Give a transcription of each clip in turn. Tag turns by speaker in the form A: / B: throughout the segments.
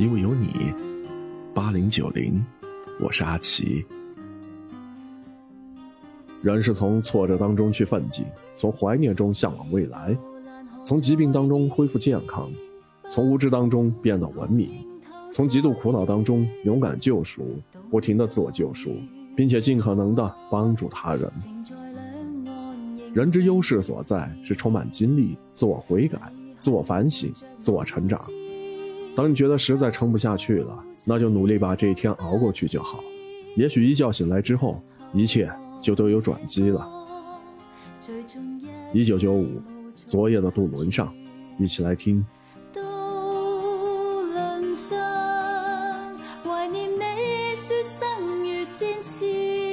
A: 因为有你，8090，我是阿奇。人是从挫折当中去奋进，从怀念中向往未来，从疾病当中恢复健康，从无知当中变得文明，从极度苦恼当中勇敢救赎，不停地自我救赎，并且尽可能地帮助他人。人之优势所在是充满精力，自我悔改，自我反省，自我成长。当你觉得实在撑不下去了，那就努力把这一天熬过去就好。也许一觉醒来之后，一切就都有转机了。1995，昨夜的渡轮上，一起来听。
B: 渡輪上，懷念你說生如戰士，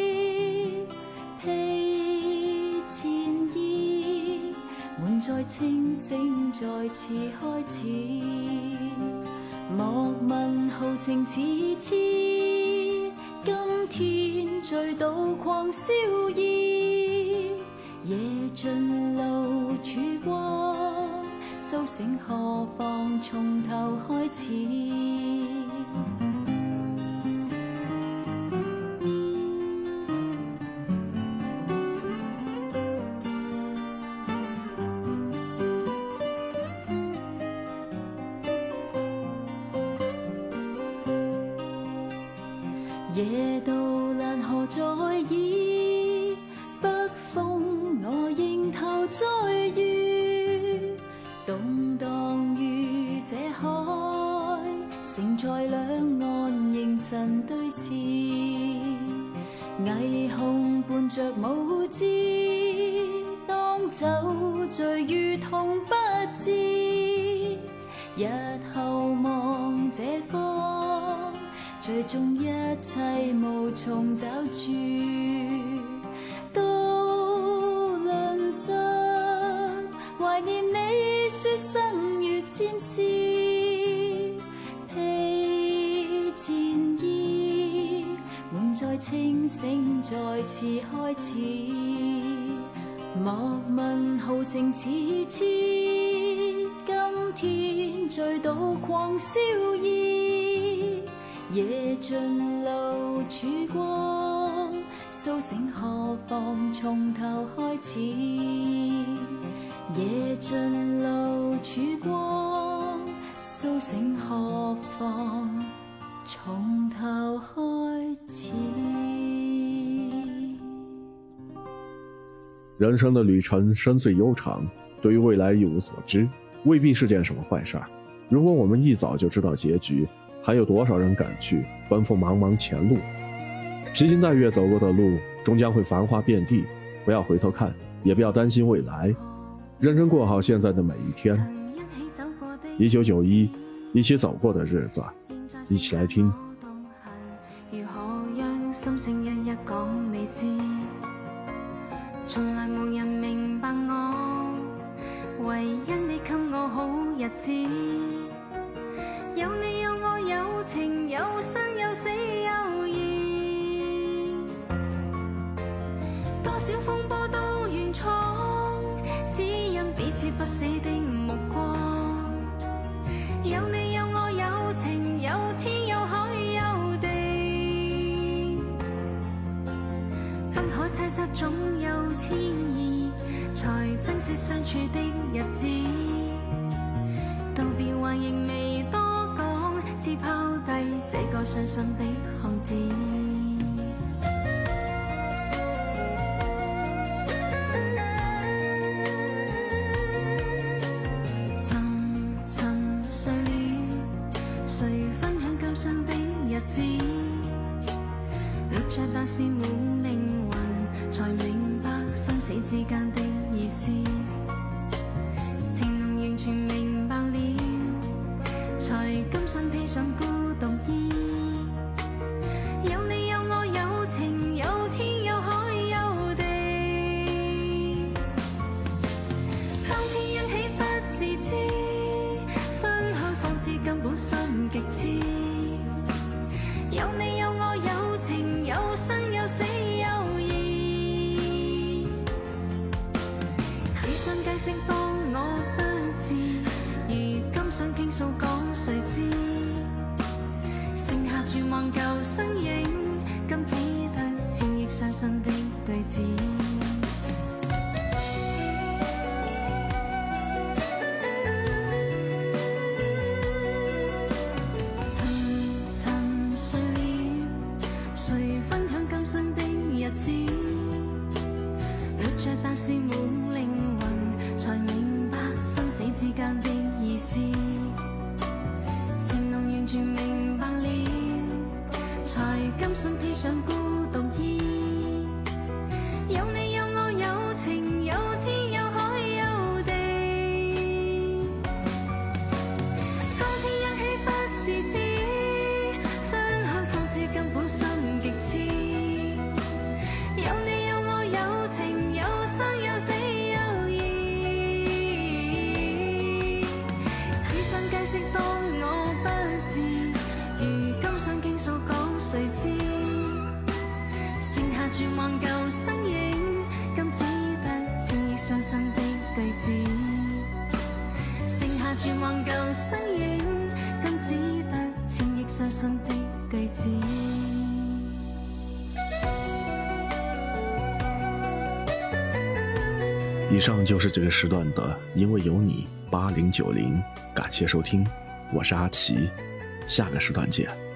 B: 披戰衣，滿載清醒再次開始。莫問豪情似痴，今天醉倒狂燒意，夜盡露曙光，甦醒何妨從頭開始。夜渡蘭河在倚，北風我迎頭再遇，動盪於這海，城在兩岸凝神對視，霓虹伴着舞姿，當酒醉如同不知，日後望這方，最終一切無從找住。渡輪上，懷念你說生如戰士，披戰衣，滿載清醒再次開始。莫問豪情似痴，今天醉倒狂燒意，夜盡露曙光，甦醒何妨從頭開始。夜盡露曙光，甦醒何妨從頭開始。
A: 人生的旅程深邃悠長，對於未來一無所知，未必是件什麼壞事。如果我們一早就知道結局，還有多少人敢去奔赴茫茫前路？披星戴月走過的路，終將會繁花遍地。不要回頭看，也不要擔心未來，認真過好現在的每一天。1991，一起走過的日子，一起來聽。
B: 如何讓心聲一一講你知，從來無人明白我，唯因你給我好日子。有你有我有情有生有死有義，多少風波都願闖，只因彼此不死的目光。有你有我有情有天有海有地，不可猜測總有天意，才珍惜相處的日子。道別還仍未多講，只拋低這個傷心的漢子。沉沉睡了，誰分享今生的日子？活着但是沒靈魂，才明白生死之間的意思。情濃完全明白了，才甘心披上孤獨衣。有你有我有情有天有海有地，當天一起不自知，分開方知根本心極痴。有你有我有情有生有死有義，只想解釋當我不知，如今想傾訴講誰知？ 傷心的句子。沉睡了，誰分享今生的日子？活着但是沒靈魂，才明白生死之間的意思。情濃完全明白了，才甘心披上孤獨衣。有你有我有情有天有海有地，當天一起不自知，分開方知根本心極痴。有你有我有情有生有死有義，只想解釋當我不智，如今想傾訴講誰知？剩下絕望舊身影，今只得千億傷心的句子。剩下絕望舊身影，今只得千億傷心的句子。
A: 以上就是这个时段的因为有你8090，感谢收听，我是阿奇，下个时段见。